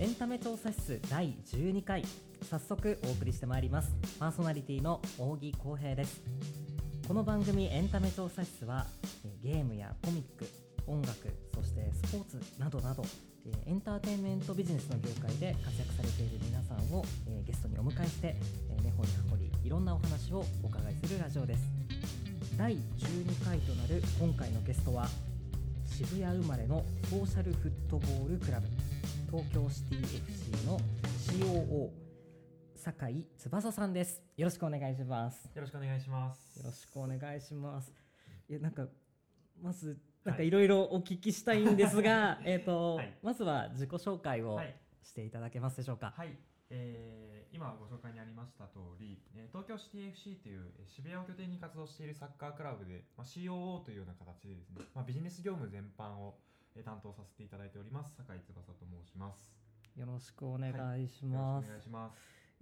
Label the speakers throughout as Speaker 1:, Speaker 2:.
Speaker 1: エンタメ調査室第12回、早速お送りしてまいります。パーソナリティの扇浩平です。この番組エンタメ調査室はゲームやコミック、音楽、そしてスポーツなどなどエンターテインメントビジネスの業界で活躍されている皆さんをゲストにお迎えして根掘り葉掘りいろんなお話をお伺いするラジオです。第12回となる今回のゲストは渋谷生まれのソーシャルフットボールクラブ東京シティ FC の COO 酒井翼さんです。よろしくお願いします。
Speaker 2: よろしくお願いします。
Speaker 1: よろしくお願いします。まずいろいろお聞きしたいんですが、はい、まずは自己紹介をしていただけますでしょうか。
Speaker 2: はい、今ご紹介にありました通り、東京シティ FC という渋谷を拠点に活動しているサッカークラブで、COO というような形でですね、ビジネス業務全般を担当させていただいております酒井翼と申します。
Speaker 1: よろしくお願いします。
Speaker 2: よろしくお願いします。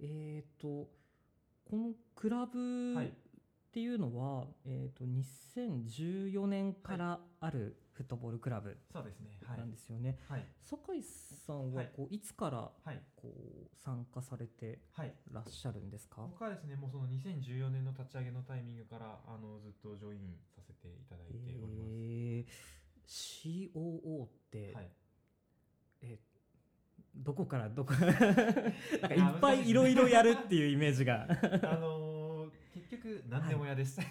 Speaker 1: このクラブっていうのは、2014年からあるフットボールクラブなんですよね。酒井さんはこういつからこう参加されてらっしゃるんですか？
Speaker 2: 僕はですね、もうその2014年の立ち上げのタイミングからずっとジョインさせていただいております。
Speaker 1: COO って、どこからどこいっぱいいろいろやるっていうイメージが
Speaker 2: 結局何でも嫌です。大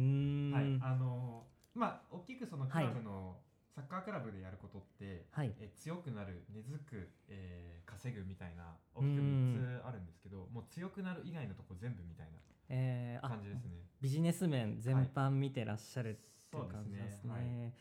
Speaker 2: きくそのクラブの、サッカークラブでやることって、強くなる、根付く、稼ぐみたいな大きく3つあるんですけど、もう強くなる以外のとこ全部みたいな感じですね。
Speaker 1: ビジネス面全般見てらっしゃるっていう感じですね。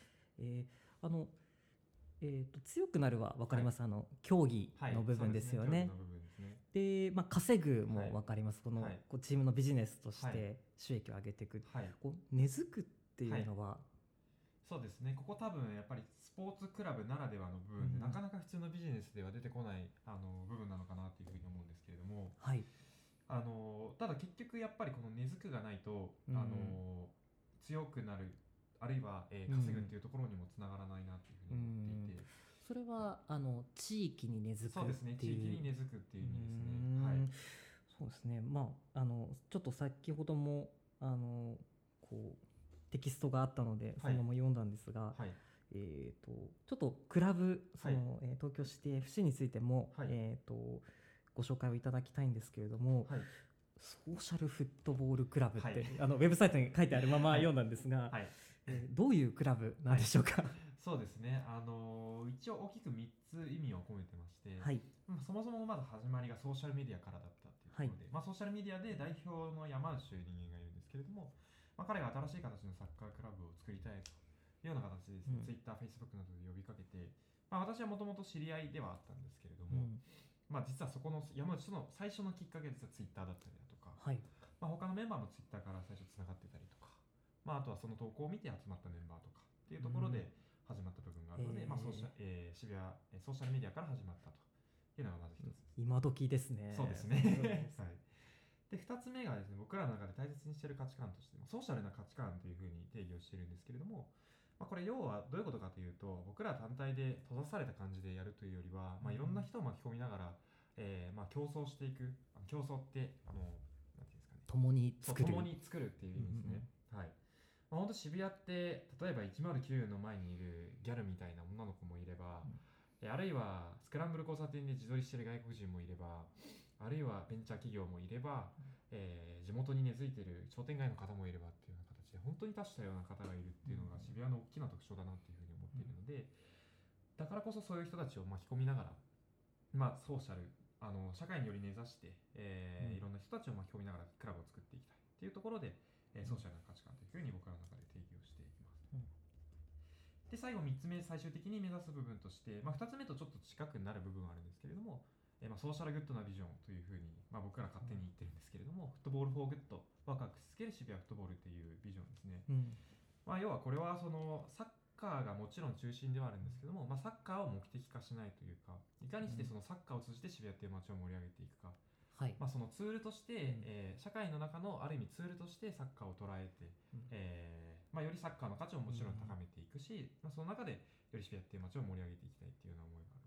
Speaker 1: 強くなるは分かります。競技の部分ですよね。で、稼ぐも分かります。このチームのビジネスとして収益を上げていく、根付くっていうのは、
Speaker 2: そうですね。ここ多分やっぱりスポーツクラブならではの部分で、なかなか普通のビジネスでは出てこない部分なのかなというふうに思うんですけれども、ただ結局やっぱりこの根付くがないと、強くなる、あるいは稼ぐっていうところにもつながらないなというふうに思っていて、
Speaker 1: それは地域に根付くっていう。
Speaker 2: そうですね、地域に根付くっていう意味ですね。
Speaker 1: そうですね。ちょっと先ほどもこうテキストがあったのでそのまま読んだんですが、ちょっとクラブ東京シティ FC についても、ご紹介をいただきたいんですけれども、ソーシャルフットボールクラブって、ウェブサイトに書いてあるまま読んだんですが、どういうクラブなんでしょうか？
Speaker 2: そうですね、一応大きく3つ意味を込めてまして、そもそもまず始まりがソーシャルメディアからだったっていうところで、ソーシャルメディアで代表の山内という人間がいるんですけれども、彼が新しい形のサッカークラブを作りたいというような形でですね、Twitter、Facebook などで呼びかけて、私はもともと知り合いではあったんですけれども、実はそこの山内との最初のきっかけは実は Twitter だったりだとか、他のメンバーも Twitter から最初つながってたりとか、あとはその投稿を見て集まったメンバーとかっていうところで始まった部分があるので、渋谷ソーシャルメディアから始まったというのがまず一つ。
Speaker 1: 今時ですね。
Speaker 2: そうですね。で2つ目がですね、僕らの中で大切にしている価値観としてソーシャルな価値観というふうに定義をしているんですけれども、これ要はどういうことかというと、僕ら単体で閉ざされた感じでやるというよりは、いろんな人を巻き込みながら、競争していく。競争ってなんていうんですかね、
Speaker 1: 共に作
Speaker 2: るっていう意味ですね。本当渋谷って例えば109の前にいるギャルみたいな女の子もいれば、あるいはスクランブル交差点で自撮りしてる外国人もいれば、あるいはベンチャー企業もいれば、地元に根付いている商店街の方もいればっていうような形で本当に多種多様な方がいるっていうのが渋谷の大きな特徴だなっていうふうに思っているので、だからこそそういう人たちを巻き込みながら、ソーシャル社会により根ざして、いろんな人たちを巻き込みながらクラブを作っていきたいっていうところで、ソーシャルな価値観というふうに僕らの中で定義をしていきます。で最後3つ目、最終的に目指す部分として、2つ目とちょっと近くなる部分はあるんですけれども、ソーシャルグッドなビジョンというふうに、僕ら勝手に言ってるんですけれども、フットボールフォーグッド、ワクワクし続ける渋谷フットボールというビジョンですね。要はこれはそのサッカーがもちろん中心ではあるんですけども、サッカーを目的化しないというか、いかにしてそのサッカーを通じて渋谷という街を盛り上げていくか、そのツールとして、社会の中のある意味ツールとしてサッカーを捉えて、よりサッカーの価値をもちろん高めていくし、その中でより渋谷っていう街を盛り上げていきたいっていうような思いがあるので、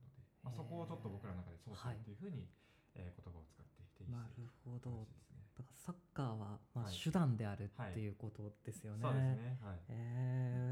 Speaker 2: そこをちょっと僕らの中でソーシャルっていうふうに、言葉を使って定義
Speaker 1: な
Speaker 2: している
Speaker 1: るほど。
Speaker 2: 話ですね。
Speaker 1: だからサッカーは、
Speaker 2: はい
Speaker 1: 手段であるっていうことですよね。
Speaker 2: そうですね。はい。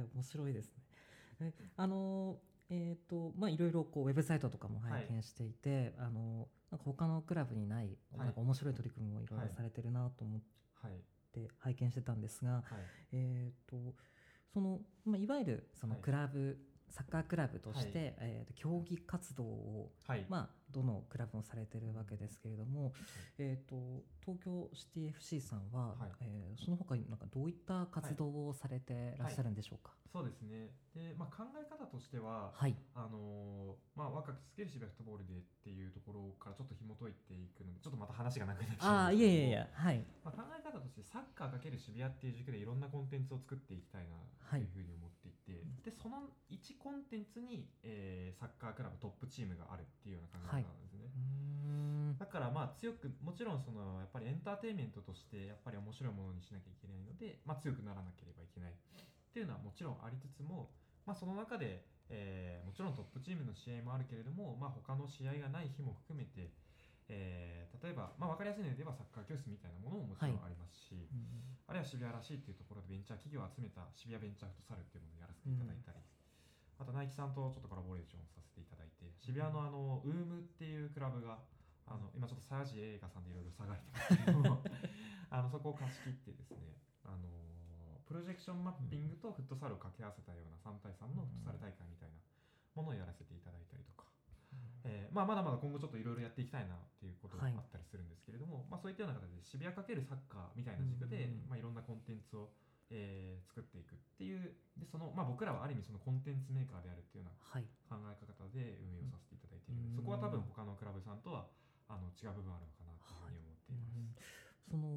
Speaker 1: 面白いですね。いろいろこうウェブサイトとかも拝見していて、なんか他のクラブにない、なんか面白い取り組みもいろいろされてるなと思って拝見してたんですが、そのいわゆるそのクラブ、サッカークラブとして、競技活動を、どのクラブもされてるわけですけれども、東京シティ FC さんは、その他になんかどういった活動をされてらっしゃるんでしょうか。
Speaker 2: そうですね。で、考え方としては、若くスケルシブフットボールでっていうところからちょっと紐解いていくので、ちょっとまた話がなくなってしまうんですけど、考え方としてサッカー×渋谷っていう軸でいろんなコンテンツを作っていきたいなというふうに思っていて、でその1コンテンツに、サッカークラブトップチームがあるっていうような考え方なんですね。だから強く、もちろんそのやっぱりエンターテインメントとしてやっぱり面白いものにしなきゃいけないので、強くならなければいけないっていうのはもちろんありつつも、その中で、もちろんトップチームの試合もあるけれども、他の試合がない日も含めて、例えば、分かりやすいので言えばサッカー教室みたいなものももちろんありますし、あるいは渋谷らしいっていうところでベンチャー企業を集めた渋谷ベンチャーフットサルっていうものをやらせていただいたり、あとナイキさんとちょっとコラボレーションさせていただいて、渋谷のウームっていうクラブが今ちょっとサヤジ映画さんでいろいろ下がれてますけどもそこを貸し切ってですね、プロジェクションマッピングとフットサルを掛け合わせたような3対3のフットサル大会みたいなものをやらせていただいたりとか、まだまだ今後ちょっといろいろやっていきたいなっていうことがあったりするんですけれども、そういったような形で渋谷×サッカーみたいな軸で、いろんなコンテンツを、作っていくっていう、でその、僕らはある意味そのコンテンツメーカーであるっていうような考え方で運営をさせていただいているので、そこは多分他のクラブさんとは違う部分あるのかなというふうに思っています。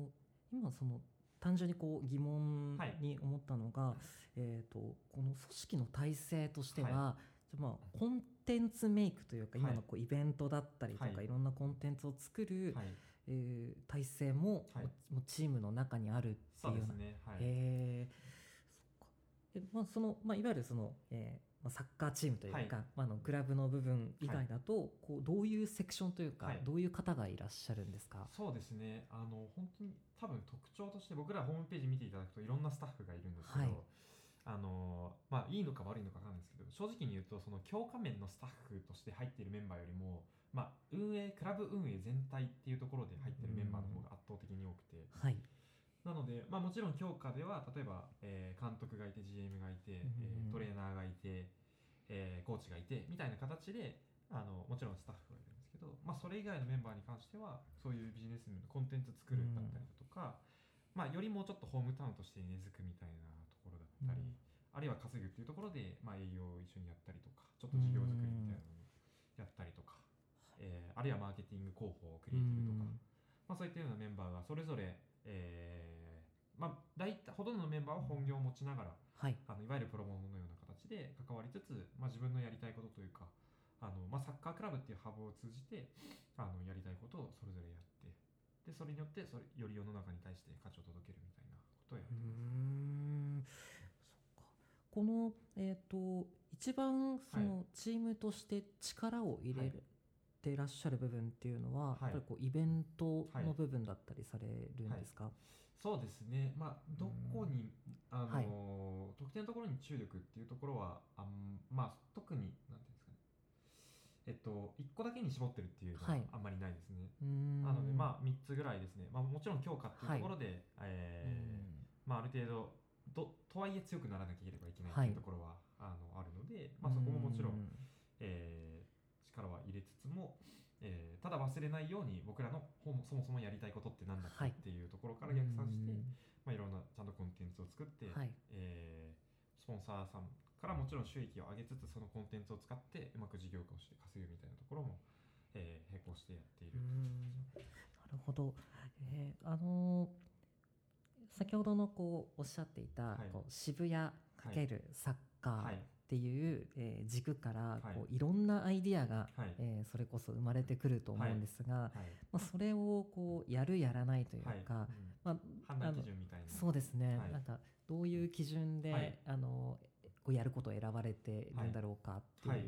Speaker 1: 今その単純にこう疑問に思ったのが、この組織の体制としては、コンテンツメイクというか、今のこうイベントだったりとか、いろんなコンテンツを作る、体制も、もうチームの中にあるっていうような。いわゆるその、サッカーチームというか、クラブの部分以外だと、こうどういうセクションというか、どういう方がいらっしゃるんですか。
Speaker 2: そうですね、本当に多分特徴として僕らホームページ見ていただくといろんなスタッフがいるんですけど、いいのか悪いのか分かんないんですけど、正直に言うとその強化面のスタッフとして入っているメンバーよりも、クラブ運営全体っていうところで入っているメンバーの方が圧倒的に多くて、なので、もちろん強化では例えば、監督がいて GM がいて、トレーナーがいて、コーチがいてみたいな形でもちろんスタッフがいるんですけど、それ以外のメンバーに関してはそういうビジネス面のコンテンツ作るだったりだとか、よりもうちょっとホームタウンとして根付くみたいなところだったり、あるいは稼ぐっていうところで、営業を一緒にやったりとか、ちょっと事業作りみたいなのをやったりとか、あるいはマーケティング広報クリエイティブとか、そういったようなメンバーがそれぞれ、大体ほとんどのメンバーは本業を持ちながら、いわゆるプロモのような形で関わりつつ、自分のやりたいことというか、サッカークラブっていうハブを通じてやりたいことをそれぞれやって、でそれによってより世の中に対して価値を届けるみたいなことをやっています。
Speaker 1: そっか。この、一番そのチームとして力を入れてらっしゃる部分っていうのは、やっぱりこうイベントの部分だったりされるんですか。
Speaker 2: そうですね、どこに特定のところに注力っていうところは特に何ていうんですかね、1個だけに絞ってるっていうのはあんまりないですね。なので3つぐらいですね、もちろん強化っていうところで、ある程度とはいえ強くならなければいけないっていうところはあるので、そこももちろん、力は入れつつも、ただ忘れないように僕らのそもそもやりたいことって何だっけっていうところから逆算して、いろんなちゃんとコンテンツを作って、スポンサーさんからもちろん収益を上げつつ、そのコンテンツを使ってうまく事業化をして稼ぐみたいなところも、並行してやっている。
Speaker 1: なるほど。先ほどのこうおっしゃっていた、こう渋谷×サッカーっていう、軸からこういろんなアイディアが、それこそ生まれてくると思うんですが、それをこうやるやらないというか、
Speaker 2: 判断基準みたいな。
Speaker 1: そうですね、なんかどういう基準で、こうやることを選ばれているんだろうかっていう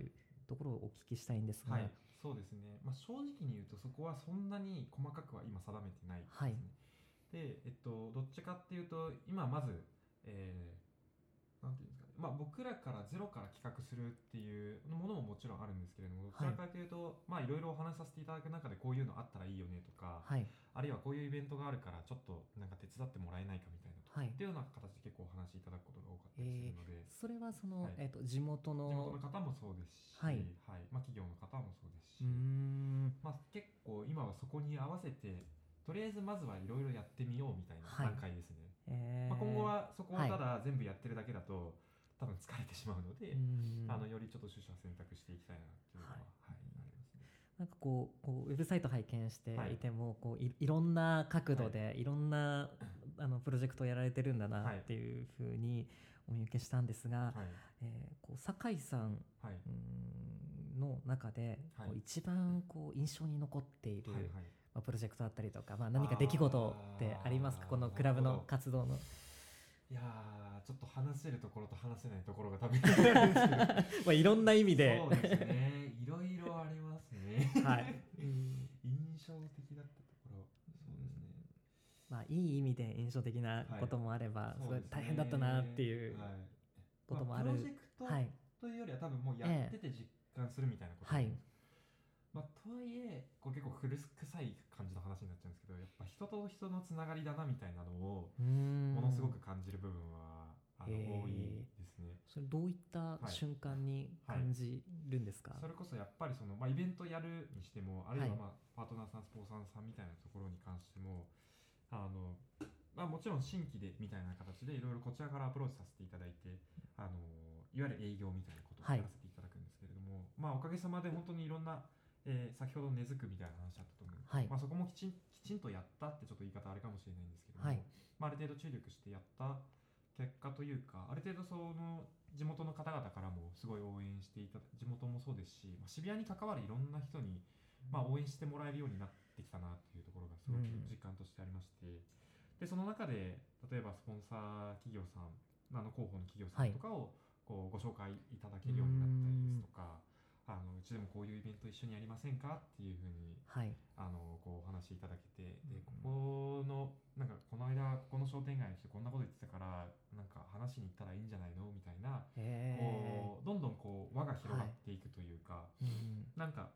Speaker 1: ところをお聞きしたいんですが。
Speaker 2: はい、そうですね、正直に言うとそこはそんなに細かくは今定めてないですね。
Speaker 1: はい
Speaker 2: で、どっちかっていうと今まず、なんていうんですかね、僕らからゼロから企画するっていうものももちろんあるんですけれども、どちらかというと、いろいろお話しさせていただく中でこういうのあったらいいよねとか、
Speaker 1: はい
Speaker 2: あるいはこういうイベントがあるからちょっとなんか手伝ってもらえないかみたいなとか、
Speaker 1: はい
Speaker 2: っていうような形で結構お話しいただくことが多かったりするので、
Speaker 1: それはその、
Speaker 2: はい
Speaker 1: 地元の
Speaker 2: 地元の方もそうですし、
Speaker 1: はい
Speaker 2: 企業の方もそうですし、結構今はそこに合わせてとりあえずまずはいろいろやってみようみたいな段階ですね。今後はそこをただ全部やってるだけだと、多分疲れてしまうので、よりちょっと取捨選択していきたいなっていうのは、ありますね。
Speaker 1: なんかこうウェブサイト拝見していても、いろんな角度でいろんなプロジェクトをやられてるんだなっていうふうにお見受けしたんですが、酒井さんの中で一番印象に残っているプロジェクトだったりとか、何か出来事ってありますか、このクラブの活動の。
Speaker 2: いやー、ちょっと話せるところと話せないところが多分あるんですけど
Speaker 1: いろんな意味で
Speaker 2: そうですね、いろいろありますね
Speaker 1: はい、
Speaker 2: 印象的だったところ、そうですね、
Speaker 1: いい意味で印象的なこともあれば、すごい大変だったなっていうこともある。
Speaker 2: プロジェクトというよりは多分もうやってて実感するみたいなことなんです。とはいえこれ結構古臭い感じの話になっちゃうんですけど、やっぱ人と人のつながりだなみたいなのをものすごく感じる部分は多いですね。
Speaker 1: それどういった瞬間に感じるんですか。
Speaker 2: それこそやっぱりイベントやるにしても、あるいはパートナーさんスポンサーさんみたいなところに関してももちろん新規でみたいな形でいろいろこちらからアプローチさせていただいて、いわゆる営業みたいなことをやらせていただくんですけれども、おかげさまで本当にいろんな先ほど根付くみたいな話あったと思うんですけど、そこもきちんとやったってちょっと言い方あれかもしれないんですけども、ある程度注力してやった結果というか、ある程度その地元の方々からもすごい応援していた、地元もそうですし、渋谷に関わるいろんな人に応援してもらえるようになってきたなっていうところがすごく実感としてありまして、でその中で例えばスポンサー企業さん、広報の企業さんとかをご紹介いただけるようになったりですとか、うちでもこういうイベント一緒にやりませんかっていうふうに、お話いただけて、でこの間ここの商店街の人こんなこと言ってたからなんか話に行ったらいいんじゃないのみたいな、どんどん輪が広がっていくというか、なんか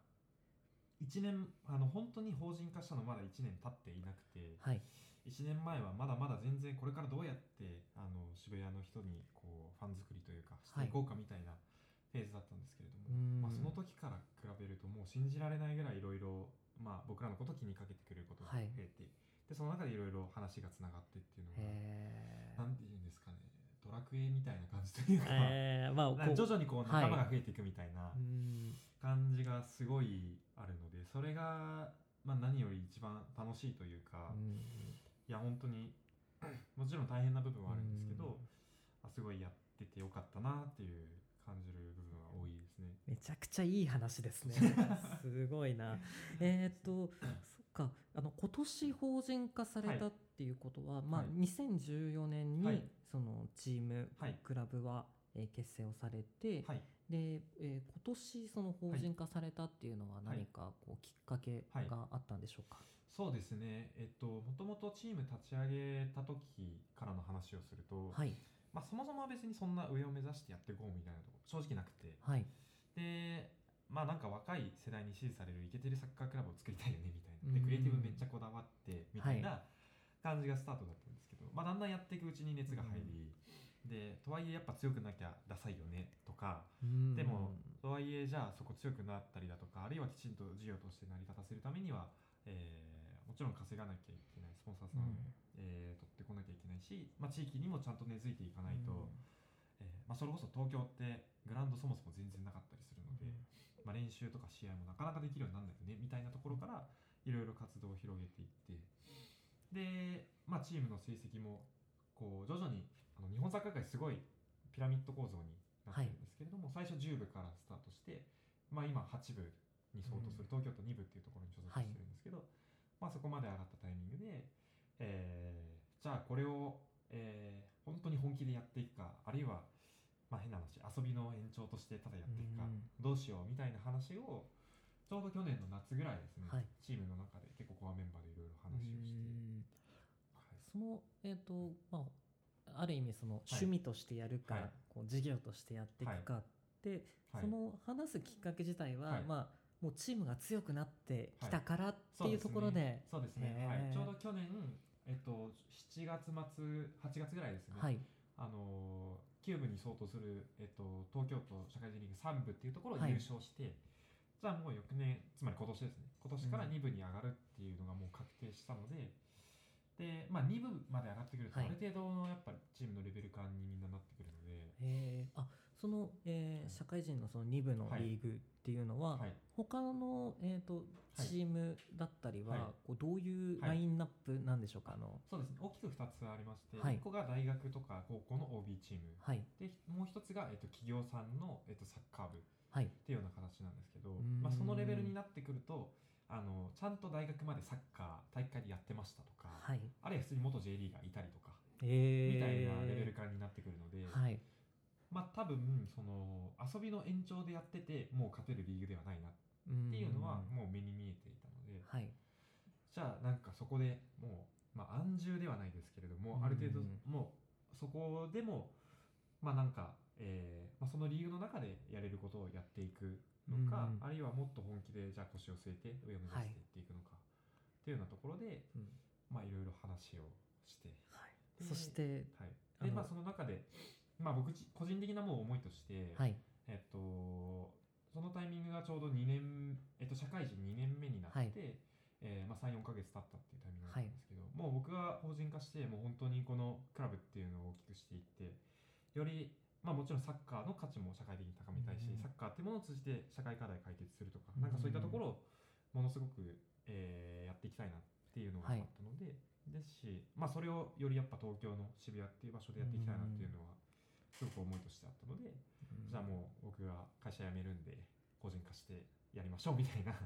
Speaker 2: 1年本当に法人化したのまだ1年経っていなくて、1年前はまだまだ全然これからどうやって渋谷の人にファン作りというかしていこうかみたいなフェーズだったんですけれども、その時から比べるともう信じられないぐらいいろいろ僕らのことを気にかけてくれることが増えて、でその中でいろいろ話がつながってっていうのが、なんていうんですかね、ドラクエみたいな感じというか、徐々に仲間が増えていくみたいな感じがすごいあるので、それが何より一番楽しいというか、いや本当にもちろん大変な部分はあるんですけど、すごいやっててよかったなっていう感じる部分は多いですね。
Speaker 1: めちゃくちゃいい話ですねすごいな。そっか、今年法人化されたっていうことは、2014年にそのチーム、クラブは結成をされて、で今年その法人化されたっていうのは何かきっかけがあったんでしょうか。
Speaker 2: そうですね、もともとチーム立ち上げた時からの話をすると、そもそもは別にそんな上を目指してやっていこうみたいなとこ正直なくて、でなんか若い世代に支持されるイケてるサッカークラブを作りたいよねみたいな、でクリエイティブめっちゃこだわってみたいな感じがスタートだったんですけど、だんだんやっていくうちに熱が入り、でとはいえやっぱ強くなきゃダサいよねとか、でもとはいえじゃあそこ強くなったりだとか、あるいはきちんと事業として成り立たせるためには、もちろん稼がなきゃいけない、スポンサーさん、取ってこなきゃいけないし、地域にもちゃんと根付いていかないと、それこそ東京ってグラウンドそもそも全然なかったりするので、練習とか試合もなかなかできるようにならないよねみたいなところからいろいろ活動を広げていって、で、チームの成績も徐々に日本サッカー界すごいピラミッド構造になってるんですけれども、最初10部からスタートして、今8部に相当する東京都2部っていうところに所属してるんですけど、そこまで上がったタイミングで、じゃあこれを、本当に本気でやっていくか、あるいは変な話遊びの延長としてただやっていくか、
Speaker 1: うん
Speaker 2: どうしようみたいな話をちょうど去年の夏ぐらいですね、
Speaker 1: はい
Speaker 2: チームの中で結構コアメンバーでいろいろ話をして、はい
Speaker 1: そのある意味その趣味としてやるか、
Speaker 2: はい
Speaker 1: こう事業としてやっていくかって、
Speaker 2: はい
Speaker 1: その話すきっかけ自体は、
Speaker 2: はい
Speaker 1: もうチームが強くなってきたからっていうところで、
Speaker 2: そうですね、
Speaker 1: へー
Speaker 2: はい、ちょうど去年、7月末8月ぐらいですね、
Speaker 1: はい
Speaker 2: キューブに相当する、東京都社会人リーグ3部っていうところを
Speaker 1: はい
Speaker 2: 優勝して、じゃあもう翌年つまり今年ですね、今年から2部に上がるっていうのがもう確定したので、で、2部まで上がってくると、
Speaker 1: はい
Speaker 2: ある程度のやっぱりチームのレベル感にみんななってくるので、
Speaker 1: その、社会人のその2部のリーグっていうのは、
Speaker 2: はい
Speaker 1: 他の、チームだったりは、
Speaker 2: はい
Speaker 1: こうどういうラインナップなんでしょうか、
Speaker 2: そうですね、大きく2つありまして、
Speaker 1: はい
Speaker 2: 1個が大学とか高校の OB チーム、
Speaker 1: はい
Speaker 2: でもう1つが、企業さんの、サッカー部
Speaker 1: はい
Speaker 2: っていうような形なんですけど、
Speaker 1: ん
Speaker 2: そのレベルになってくるとちゃんと大学までサッカー大会でやってましたとか、
Speaker 1: はい
Speaker 2: あるいは普通に元 J リーガーいたりとか、
Speaker 1: み
Speaker 2: みたいなレベル感になってくるので、
Speaker 1: はい
Speaker 2: 多分その遊びの延長でやっててもう勝てるリーグではないなっていうのはもう目に見えていたので、
Speaker 1: はい
Speaker 2: じゃあなんかそこでもう、安住ではないですけれども、ある程度もうそこでもそのリーグの中でやれることをやっていくのか、あるいはもっと本気でじゃあ腰を据えて上を目指していっていくのか、っていうようなところで、いろいろ話をして、
Speaker 1: そして、
Speaker 2: でその中で、僕個人的なもう思いとして、
Speaker 1: はい
Speaker 2: そのタイミングがちょうど2年、社会人2年目になって、
Speaker 1: はい
Speaker 2: 3、4ヶ月経ったっていうタイミングだったんですけど、もう僕が法人化してもう本当にこのクラブっていうのを大きくしていって、よりもちろんサッカーの価値も社会的に高めたいし、サッカーっていうものを通じて社会課題解決するとか、なんかそういったところをものすごく、やっていきたいなっていうのがあったので、ですし、それをよりやっぱ東京の渋谷っていう場所でやっていきたいなっていうのはすごく思いとしてあったので、じゃあもう僕が会社辞めるんで個人化してやりましょうみたいな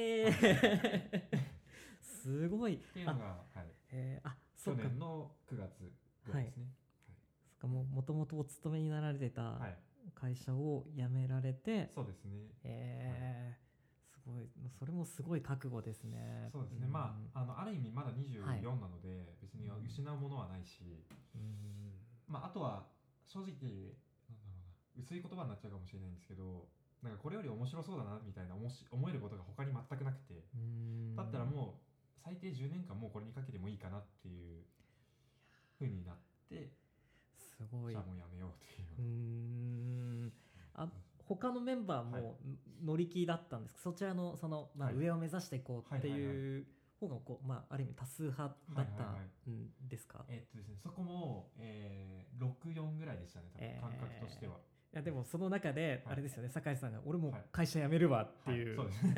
Speaker 1: すごい
Speaker 2: っていうのが、去年の9月ぐらいですね。
Speaker 1: もともとお勤めになられてた会社を辞められて、
Speaker 2: そうですね。
Speaker 1: すごい、それもすごい覚悟ですね。
Speaker 2: そうですね。ある意味まだ24なので、別に失うものはないし、あとは正直薄い言葉になっちゃうかもしれないんですけど、なんかこれより面白そうだなみたいな思えることが他に全くなくて、だったらもう最低10年間もうこれにかけてもいいかなっていう風になって、
Speaker 1: すごい。
Speaker 2: じゃあもうやめようっていう。
Speaker 1: 他のメンバーも乗り気だったんですか、そちらの上を目指していこうっていう方がある意味多数派だったんですか？
Speaker 2: ですね、そこも、6-4ぐらいでしたね、多分感覚としては。
Speaker 1: いやでもその中であれですよね、酒井さんが俺も会社辞めるわっていう、
Speaker 2: そうですね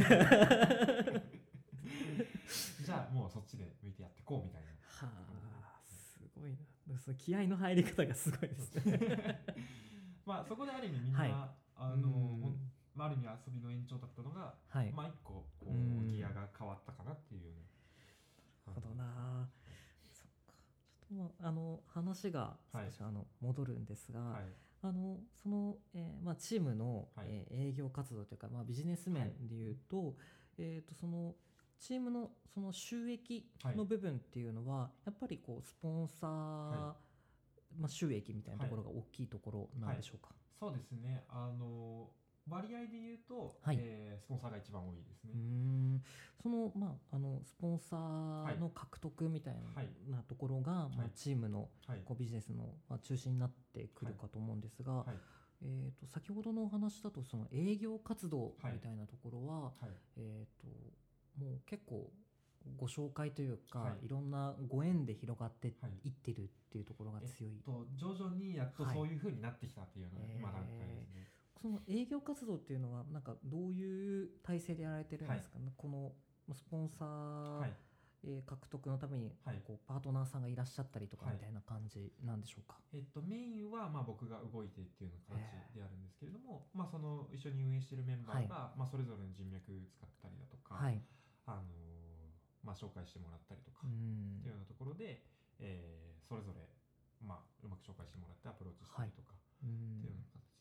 Speaker 2: じゃあもうそっちで向いてやってこうみたいな。
Speaker 1: すごいな、その気合の入り方がすごいですね
Speaker 2: そこである意味みんな、ある意味遊びの延長だったのが、一個こうギアが変わったかなっていうような。
Speaker 1: なるほどな。そっか。ちょっと話が少し戻るんですが、そのチームの営業活動というかビジネス面でいうと、そのチームのその収益の部分っていうのはやっぱりこうスポンサー収益みたいなところが大きいところなんでしょうか？
Speaker 2: そうですね。割合で言うと、スポンサーが一番多いですね。
Speaker 1: そのスポンサーの獲得みたいなところが、チームのこうビジネスの中心になってくるかと思うんですが、先ほどのお話だとその営業活動みたいなところは、もう結構ご紹介というか、いろんなご縁で広がっていってるっていうところが強い。
Speaker 2: 徐々にやっとそういう風になってきたっていうのが今段階ですね。
Speaker 1: その営業活動っていうのはなんかどういう体制でやられてるんですかね、このスポンサー、獲得のためにこうパートナーさんがいらっしゃったりとかみたいな感じなんでしょうか？
Speaker 2: メインは僕が動いてっていうような形であるんですけれども、その一緒に運営しているメンバーが、それぞれの人脈使ったりだとか、紹介してもらったりとかっていうようなところで、それぞれうまく紹介してもらってアプローチしたりとかっていうような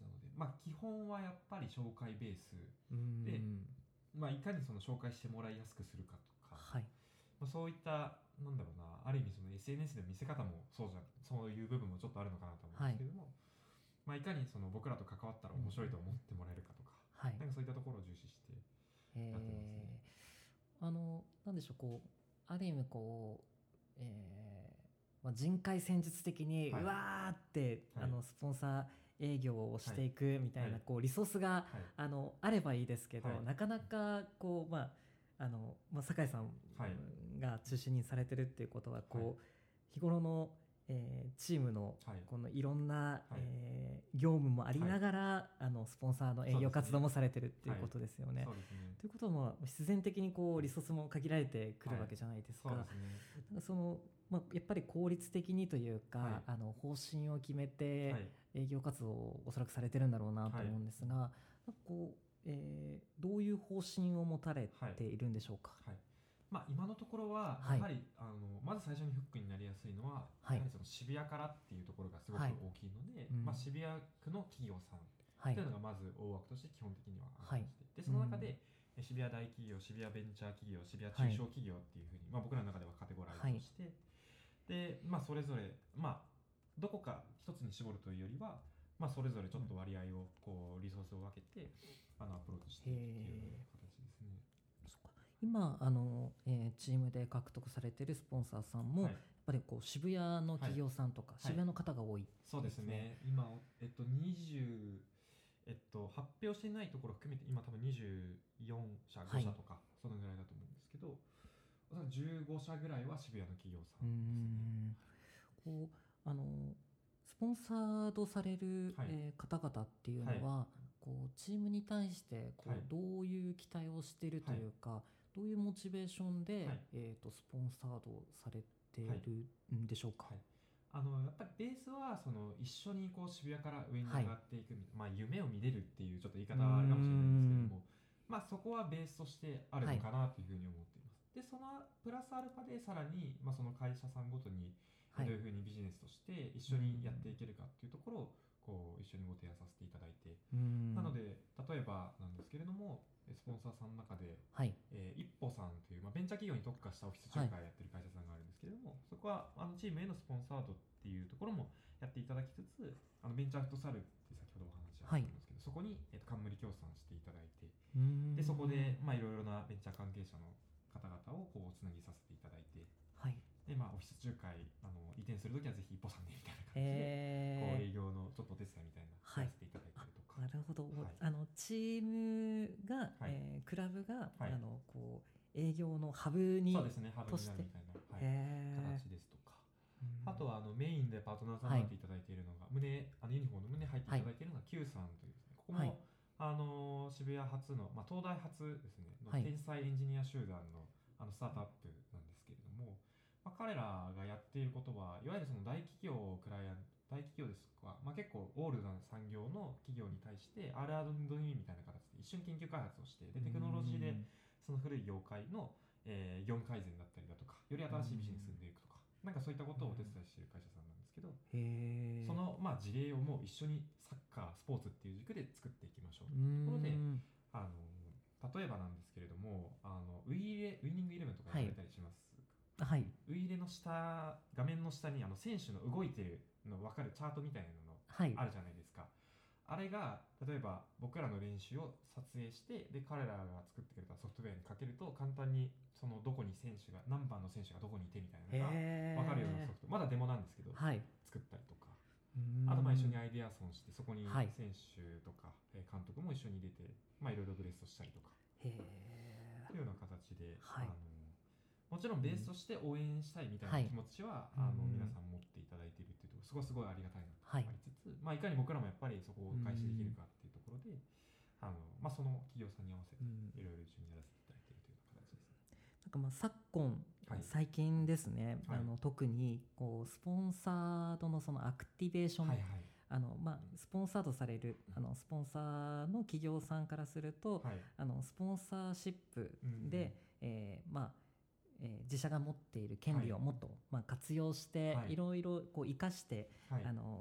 Speaker 2: なので、基本はやっぱり紹介ベースで、
Speaker 1: うん
Speaker 2: いかにその紹介してもらいやすくするかとか、
Speaker 1: はい。
Speaker 2: そういったなんだろうな、ある意味その SNS での見せ方もそういう部分もちょっとあるのかなと思うんですけども、いかにその僕らと関わったら面白いと思ってもらえるかとか、
Speaker 1: はい。
Speaker 2: なんかそういったところを重視してやってますね。
Speaker 1: なんでしょう、ある意味人海戦術的に、
Speaker 2: はいう
Speaker 1: わーって、
Speaker 2: はい
Speaker 1: スポンサー営業をしていくみたいな、
Speaker 2: はい
Speaker 1: リソースが、
Speaker 2: はい
Speaker 1: あればいいですけど、
Speaker 2: はい
Speaker 1: なかなか酒井さん
Speaker 2: はい
Speaker 1: が中心にされてるっていうことは
Speaker 2: はい
Speaker 1: 日頃の、チームの
Speaker 2: はい
Speaker 1: このいろんな、
Speaker 2: はい
Speaker 1: 業務もありながら、スポンサーの営業活動もされてるっていうことですよね。
Speaker 2: そうですね。
Speaker 1: ということは必然的にリソースも限られてくるわけじゃないですか。
Speaker 2: そうですね。
Speaker 1: なんかやっぱり効率的にというか、方針を決めて営業活動をおそらくされてるんだろうなと思うんですが、なんかどういう方針を持たれているんでしょうか。
Speaker 2: 今のところはやはり、まず最初にフックになりやすいのは、やはりその渋谷からっていうところがすごく大きいので、渋谷区の企業さんっていうのがまず大枠として基本的にはありまして、でその中で、渋谷大企業、渋谷ベンチャー企業、渋谷中小企業っていうふうに、僕らの中ではカテゴライズをして、で、それぞれ、どこか一つに絞るというよりは、それぞれちょっと割合をリソースを分けてアプローチしていくっていうような形ですね。
Speaker 1: 今チームで獲得されているスポンサーさんも、やっぱり渋谷の企業さんとか、渋谷の方が多い、
Speaker 2: そうですね。今、20発表してないところ含めて今多分24社、5社とか、そのぐらいだと思うんですけど、15社ぐらいは渋谷の企業さんですね。
Speaker 1: スポンサードされる、方々っていうのは、チームに対してどういう期待をしているというか、どういうモチベーションで、スポンサードされているんでしょうか。
Speaker 2: やっぱりベースは一緒に渋谷から上に上がっていく、夢を見れるっていうちょっと言い方はあるかもしれないんですけども、そこはベースとしてあるのかなというふうに思っています。でそのプラスアルファでさらに、その会社さんごとにどういうふうにビジネスとして一緒にやっていけるかっていうところを一緒にご提案させていただいて、なので例えばなんですけれども、スポンサーさんの中で、一歩さんという、ベンチャー企業に特化したオフィス仲介をやってる会社さんがあるんですけれども、そこはチームへのスポンサードっていうところもやっていただきつつ、ベンチャーフットサルって先ほどお話あったんですけど、そこに、冠協賛していただいて、でそこでいろいろなベンチャー関係者の方々をつなぎさせていただいて、でオフィス仲介移転するときはぜひ一歩さんでみたいな感じで、営業のちょっとお手伝いみたいなさせていただいたりとか。
Speaker 1: なるほど。チームが、クラブが、営業のハブに
Speaker 2: そうですね、ハブになるみたいな、形ですとか、あとはメインでパートナーさんになっていただいているのが、ユニフォームの胸入っていただいているのが Q さんというですね、ここも、渋谷初の、東大初ですねの天才エンジニア集団のスタートアップなんですけれども、彼らがやっていることはいわゆるその大企業ですとか、結構オールな産業の企業に対して R&D みたいな形で一緒に研究開発をして、でテクノロジーでその古い業界の、業務改善だったりだとか、より新しいビジネスに進んでいくとか、なんかそういったことをお手伝いしている会社さんなんですけど、その事例をもう一緒にサッカースポーツっていう軸で作っていきましょうというところで、例えばなんですけれども、ウイニングイレブンとかやられたりします。ウイイレの下、画面の下に選手の動いてるの分かるチャートみたいなのあるじゃないですか。あれが例えば僕らの練習を撮影して、で彼らが作ってくれたソフトウェアにかけると簡単にそのどこに選手が何番の選手がどこにいてみたいなのが分かるようなソフト、まだデモなんですけど、作ったりとか、あと一緒にアイデアソンして、そこに選手とか監督も一緒に入れて、いろいろブレストしたりとかというような形で、もちろんベースとして応援したいみたいな気持ちは、皆さん持っていただいているっていうところ、すごいありがたいなとありつつ、いかに僕らもやっぱりそこを開始できるかっていうところで、その企業さんに合わせていろいろ一緒にやらせていただいているというような形ですね。
Speaker 1: なんか昨今、最近ですね、特にスポンサードのそのアクティベーション、スポンサードされるスポンサーの企業さんからすると、スポンサーシップで、自社が持っている権利をもっと、活用して、いろいろ生かして、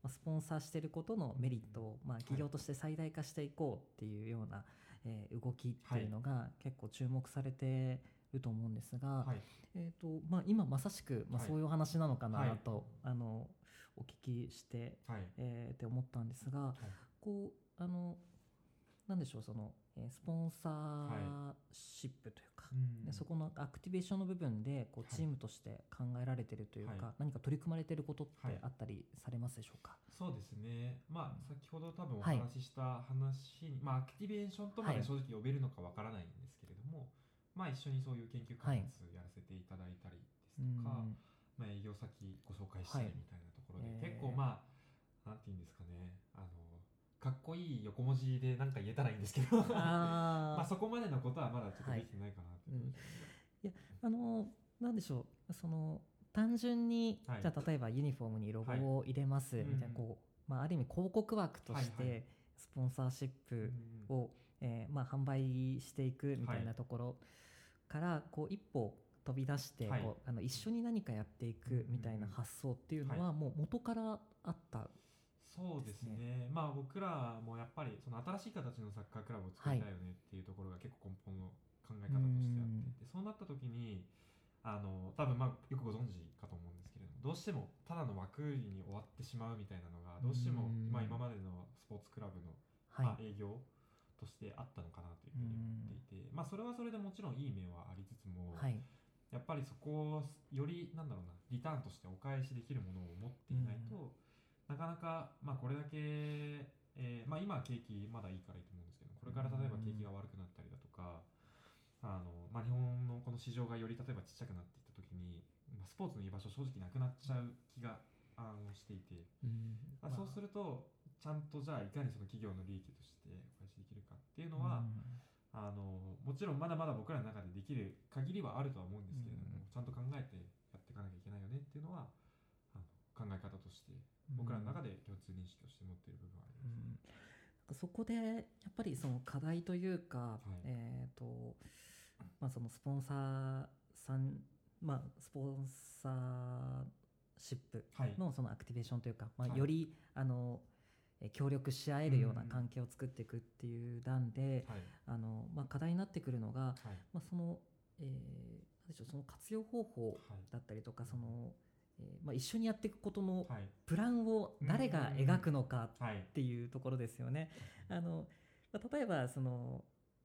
Speaker 1: スポンサーしていることのメリットを、企業として最大化していこうっていうような、動きっていうのが結構注目されていると思うんですが、
Speaker 2: はい
Speaker 1: 今まさしく、
Speaker 2: はい
Speaker 1: そういうお話なのか
Speaker 2: はい
Speaker 1: なと、お聞きして、
Speaker 2: はい
Speaker 1: って思ったんですが、
Speaker 2: はい
Speaker 1: こうなんでしょう、そのスポンサーシップというか、でそこのアクティベーションの部分でこう
Speaker 2: はい
Speaker 1: チームとして考えられているというか、
Speaker 2: はい
Speaker 1: 何か取り組まれていることっ
Speaker 2: はい
Speaker 1: てあったりされますでしょうか？
Speaker 2: そうですね、先ほど多分お
Speaker 1: はい
Speaker 2: 話しした話に、アクティベーションとまで正直呼べるのかわからないんですけれども、一緒にそういう研究開発やらせていただいたりですとか、営業先ご紹介したりみたいなところで、結構なんていうんですかね、かっこいい横文字で何か言えたらいいんですけどそこまでのことはまだちょっとできてないかなという、
Speaker 1: いやなんでしょう、その単純に、
Speaker 2: はい
Speaker 1: じゃあ例えばユニフォームにロゴを入れますみたいな、こう、ある意味広告枠とし
Speaker 2: はいは
Speaker 1: てスポンサーシップを、販売していくみたいなところからこう一歩飛び出して、
Speaker 2: はい
Speaker 1: こう一緒に何かやっていくみたいな発想っていうのはもう元からあった
Speaker 2: そうですね、僕らもやっぱりその新しい形のサッカークラブを作りたいよねっていうところが結構根本の考え方としてあって、そうなった時に多分よくご存知かと思うんですけれども、どうしてもただの枠に終わってしまうみたいなのがどうしても今までのスポーツクラブの、営業としてあったのかなというふうに思っていて、それはそれでもちろんいい面はありつつも、やっぱりそこをよりリターンとしてお返しできるものを持っていないと、なかなか、これだけ、今は景気まだいいからいいと思うんですけど、これから例えば景気が悪くなったりだとか、日本のこの市場がより例えばちっちゃくなっていった時に、スポーツの居場所正直なくなっちゃう気がしていて、そうするとちゃんとじゃあいかにその企業の利益としてお返しできるかっていうのは、もちろんまだまだ僕らの中でできる限りはあるとは思うんですけれども、ちゃんと考えてやっていかなきゃいけないよねっていうのは考え方として僕らの中で共通認識として持っている部分はあります。
Speaker 1: そこでやっぱりその課題というか、そのスポンサーさん、スポンサーシップのそのアクティベーションというか、より協力し合えるような関係を作っていくっていう段で、課題になってくるのが、そのその活用方法だったりとか、その一緒にやっていくことのプランを誰が描くのかっていうところですよね。例えばその、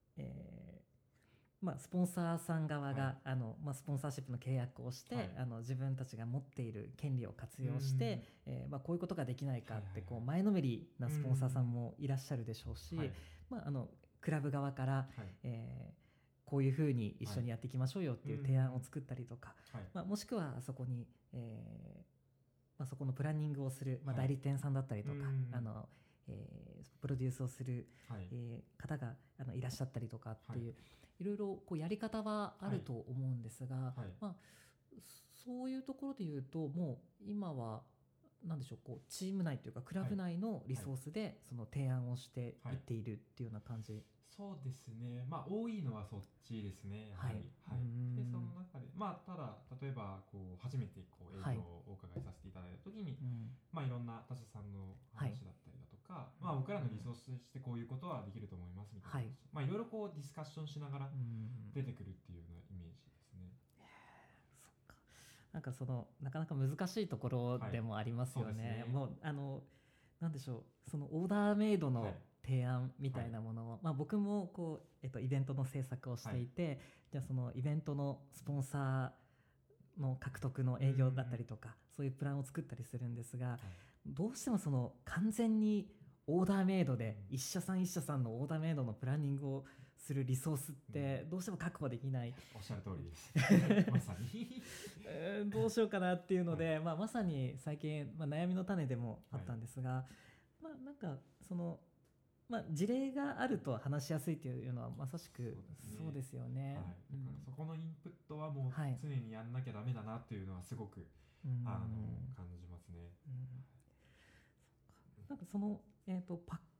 Speaker 1: スポンサーさん側が、スポンサーシップの契約をして、自分たちが持っている権利を活用して、こういうことができないかってこう前のめりなスポンサーさんもいらっしゃるでしょうし、クラブ側から、こういうふうに一緒にやっていきましょうよっていう提案を作ったりとか、もしくはそこに、そこのプランニングをする、代理店さんだったりとか、プロデュースをする、方がいらっしゃったりとかっていう、いろいろこうやり方はあると思うんですが、そういうところでいうともう今は何でしょう、こうチーム内というかクラブ内のリソースでその提案をしていっているっていうような感じ。
Speaker 2: そうですね、多いのはそっちですね、やはり。でその中で、ただ例えばこう初めてこう営業をお伺いさせていただいたときに、いろんな他社さんの話だったりだとか、僕らのリソースとしてこういうことはできると思いますみたいな、いろいろこうディスカッションしながら出てくるっていうようなイメージですね。
Speaker 1: そっか、なんかそのなかなか難しいところでもありますよね。もうなんでしょう、そのオーダーメイドの提案みたいなものを、僕もこう、イベントの制作をしていて、じゃあそのイベントのスポンサーの獲得の営業だったりとか、そういうプランを作ったりするんですが、どうしてもその完全にオーダーメイドで一社さん一社さんのオーダーメイドのプランニングをするリソースってどうしても確保できない、
Speaker 2: おっしゃる通りですまさに
Speaker 1: どうしようかなっていうので、まさに最近、悩みの種でもあったんですが、なんかその事例があると話しやすいというのはまさしくそうですよね。
Speaker 2: だからそこのインプットはもう常にやんなきゃダメだなっていうのはすごく感じますね。
Speaker 1: なんかそのパッ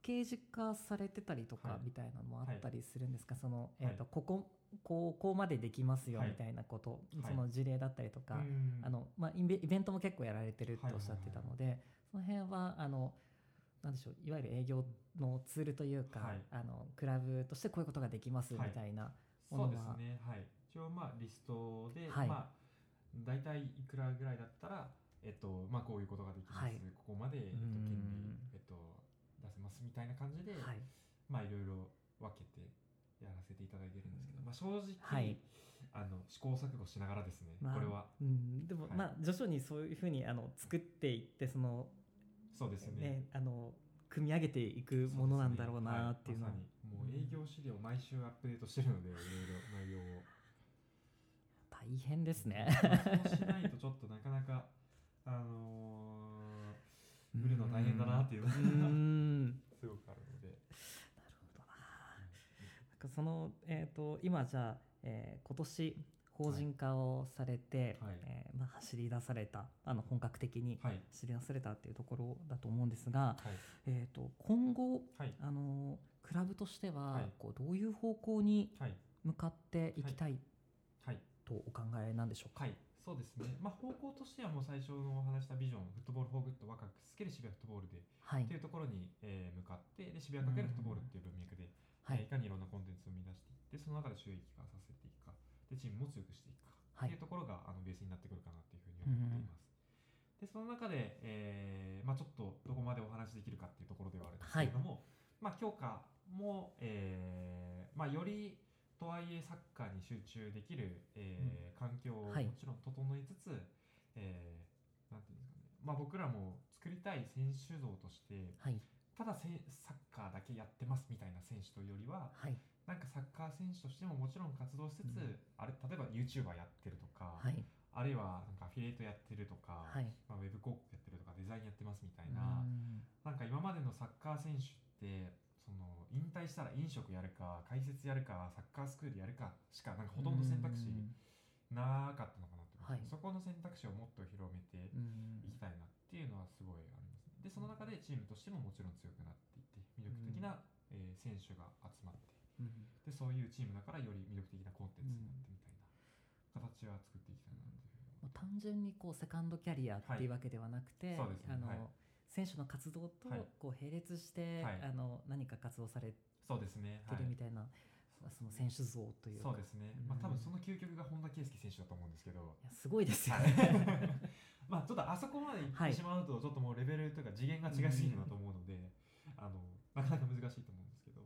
Speaker 1: ケージ化されてたりとか
Speaker 2: はい
Speaker 1: みたいなのもあったりするんですか、その、
Speaker 2: はい
Speaker 1: ここまでできますよ
Speaker 2: はい
Speaker 1: みたいなこと、
Speaker 2: はい
Speaker 1: その事例だったりとか、
Speaker 2: うん
Speaker 1: イベントも結構やられてるっておっしゃってたので、その辺はなんでしょう、いわゆる営業のツールというか、
Speaker 2: はい
Speaker 1: クラブとしてこういうことができますみたいなものは、
Speaker 2: そうですね、はい、一応リストで、
Speaker 1: はい
Speaker 2: 大体いくらぐらいだったら、こういうことができます、
Speaker 1: はい
Speaker 2: ここまで、権利、出せますみたいな感じで、
Speaker 1: はい
Speaker 2: いろいろ分けてやらせていただいてるんですけど、正直、
Speaker 1: はい
Speaker 2: 試行錯誤しながらですね、これは。
Speaker 1: でも、
Speaker 2: はい
Speaker 1: 徐々にそういうふうに作っていって
Speaker 2: そうですね。
Speaker 1: 組み上げていくものなんだろうなっていうのは、
Speaker 2: まさにもう営業資料毎週アップデートしてるので、いろいろ内容を
Speaker 1: 大変ですね。
Speaker 2: そうしないとちょっとなかなか売るの大変だなっていうのがすごくあるので。
Speaker 1: なるほどな。なんかその今じゃあ、今年法人化をされて、
Speaker 2: はい
Speaker 1: 走り出された本格的に
Speaker 2: はい
Speaker 1: 走り出されたっていうところだと思うんですが、
Speaker 2: はい
Speaker 1: 今後
Speaker 2: はい
Speaker 1: クラブとしては、
Speaker 2: はい
Speaker 1: どういう方向に
Speaker 2: はい
Speaker 1: 向かっていきたい
Speaker 2: はい
Speaker 1: とお考えなんでしょうか。
Speaker 2: はい、そうですね。方向としてはもう最初のお話したビジョン、フットボールフォーグッド若くスケル渋谷フットボールで
Speaker 1: はい
Speaker 2: っていうところに、向かってで渋谷かけるフットボールっていう文脈で、
Speaker 1: はい
Speaker 2: いかにいろんなコンテンツを生み出していってその中で収益化させていくかでチームも強くしていくか
Speaker 1: はい
Speaker 2: っていうところがベースになってくるかなというふうに思っています。でその中で、ちょっとどこまでお話しできるかっていうところではあるんですけれども、強化も、よりとはいえサッカーに集中できる、環境をも
Speaker 1: はい
Speaker 2: ちろん整えつつ、なんていうんですかね、僕らも作りたい選手像として
Speaker 1: はい
Speaker 2: ただサッカーだけやってますみたいな選手というよりは、
Speaker 1: はい
Speaker 2: なんかサッカー選手としてももちろん活動しつつ、例えば YouTuber やってるとか、
Speaker 1: はい
Speaker 2: あるいはなんかアフィリエイトやってるとか、
Speaker 1: はい
Speaker 2: ウェブ広告やってるとかデザインやってますみたいな、なんか今までのサッカー選手ってその引退したら飲食やるか解説やるかサッカースクールやるかしかなんかほとんど選択肢なかったのかなと思って、
Speaker 1: はい
Speaker 2: そこの選択肢をもっと広めていきたいなっていうのはすごいありますね。でその中でチームとしてももちろん強くなっていって魅力的な、選手が集まってでそういうチームだからより魅力的なコンテンツになってみたいな形は作っていきたいなという。
Speaker 1: 単純にセカンドキャリアっていうわけではなくて、
Speaker 2: そうですね
Speaker 1: 選手の活動と並列して、何か活動されて
Speaker 2: そうですね、
Speaker 1: るみたいな、その選手像というか。
Speaker 2: そうですね、多分その究極が本田圭佑選手だと思うんですけど、
Speaker 1: いやすごいですよね。
Speaker 2: ちょっとあそこまで行ってしまうとちょっともうレベルというか次元が違いすぎるなと思うので、なかなか難しいと思うんですけど、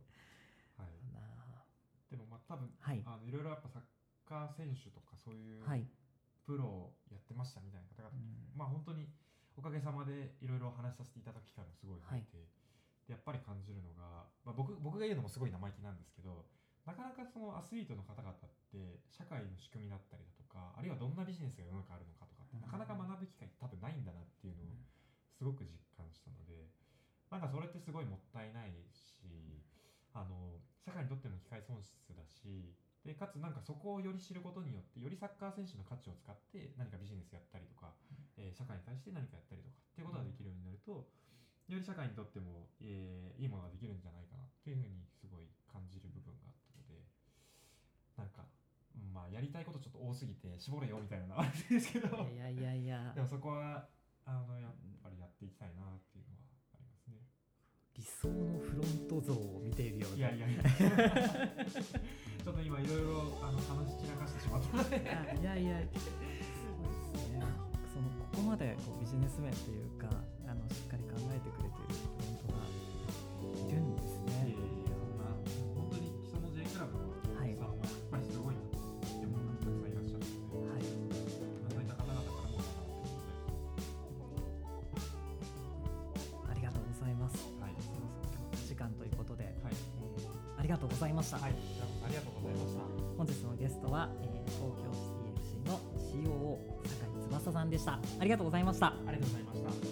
Speaker 2: でも多分、いろいろやっぱサッカー選手とかそういうプロをやってましたみたいな方々、本当におかげさまでいろいろ話させていただく機会もすごい増えて、でやっぱり感じるのが、僕が言うのもすごい生意気なんですけど、なかなかそのアスリートの方々って社会の仕組みだったりだとか、あるいはどんなビジネスが世の中あるのかとかってなかなか学ぶ機会多分ないんだなっていうのをすごく実感したので、なんかそれってすごいもったいないし、社会にとっても機会損失だし、でかつなんかそこをより知ることによってよりサッカー選手の価値を使って何かビジネスやったりとか、社会に対して何かやったりとかっていうことができるようになると、より社会にとっても、いいものができるんじゃないかなっていうふうにすごい感じる部分があったので、なんかやりたいことちょっと多すぎて絞れよみたいなのはあるんですけど、
Speaker 1: いやいやいや、
Speaker 2: でもそこはやっぱりやっていきたいなっていうのはありますね。
Speaker 1: 理想のフロント像を見ているような。
Speaker 2: いやちょっと今いろいろ話散らかしてしまったので
Speaker 1: いやそうですね。ここまでビジネス面というかしっかり考えてくれているフロントがいるんですね。
Speaker 2: 本当に人の J クラブのさんもやっぱりすごいなって思う方たくさんいらっしゃるので、そういった方々からも
Speaker 1: ありがとうございます。時間ということで、ありがとうございました。
Speaker 2: ありがとうございました。
Speaker 1: 本日のゲストは、東京シティ FC の COO 酒井翼さんでした。ありがとうございました。
Speaker 2: ありがとうございました。